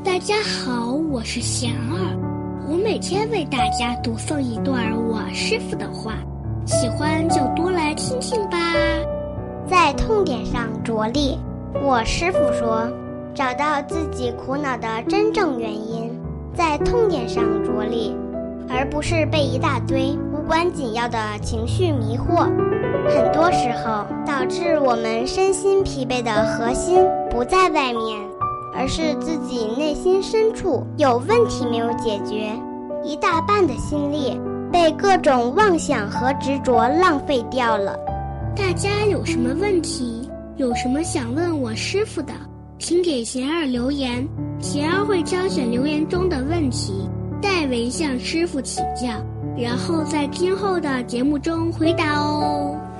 大家好，我是贤儿，我每天为大家读诵一段我师父的话，喜欢就多来听听吧。 在痛点上着力，我师父说，找到自己苦恼的真正原因，在痛点上着力，而不是被一大堆无关紧要的情绪迷惑。很多时候，导致我们身心疲惫的核心不在外面，而是自己内心深处有问题没有解决，一大半的心力被各种妄想和执着浪费掉了。 大家有什么问题，有什么想问我师父的，请给贤儿留言，贤儿会挑选留言中的问题，代为向师父请教，然后在今后的节目中回答哦。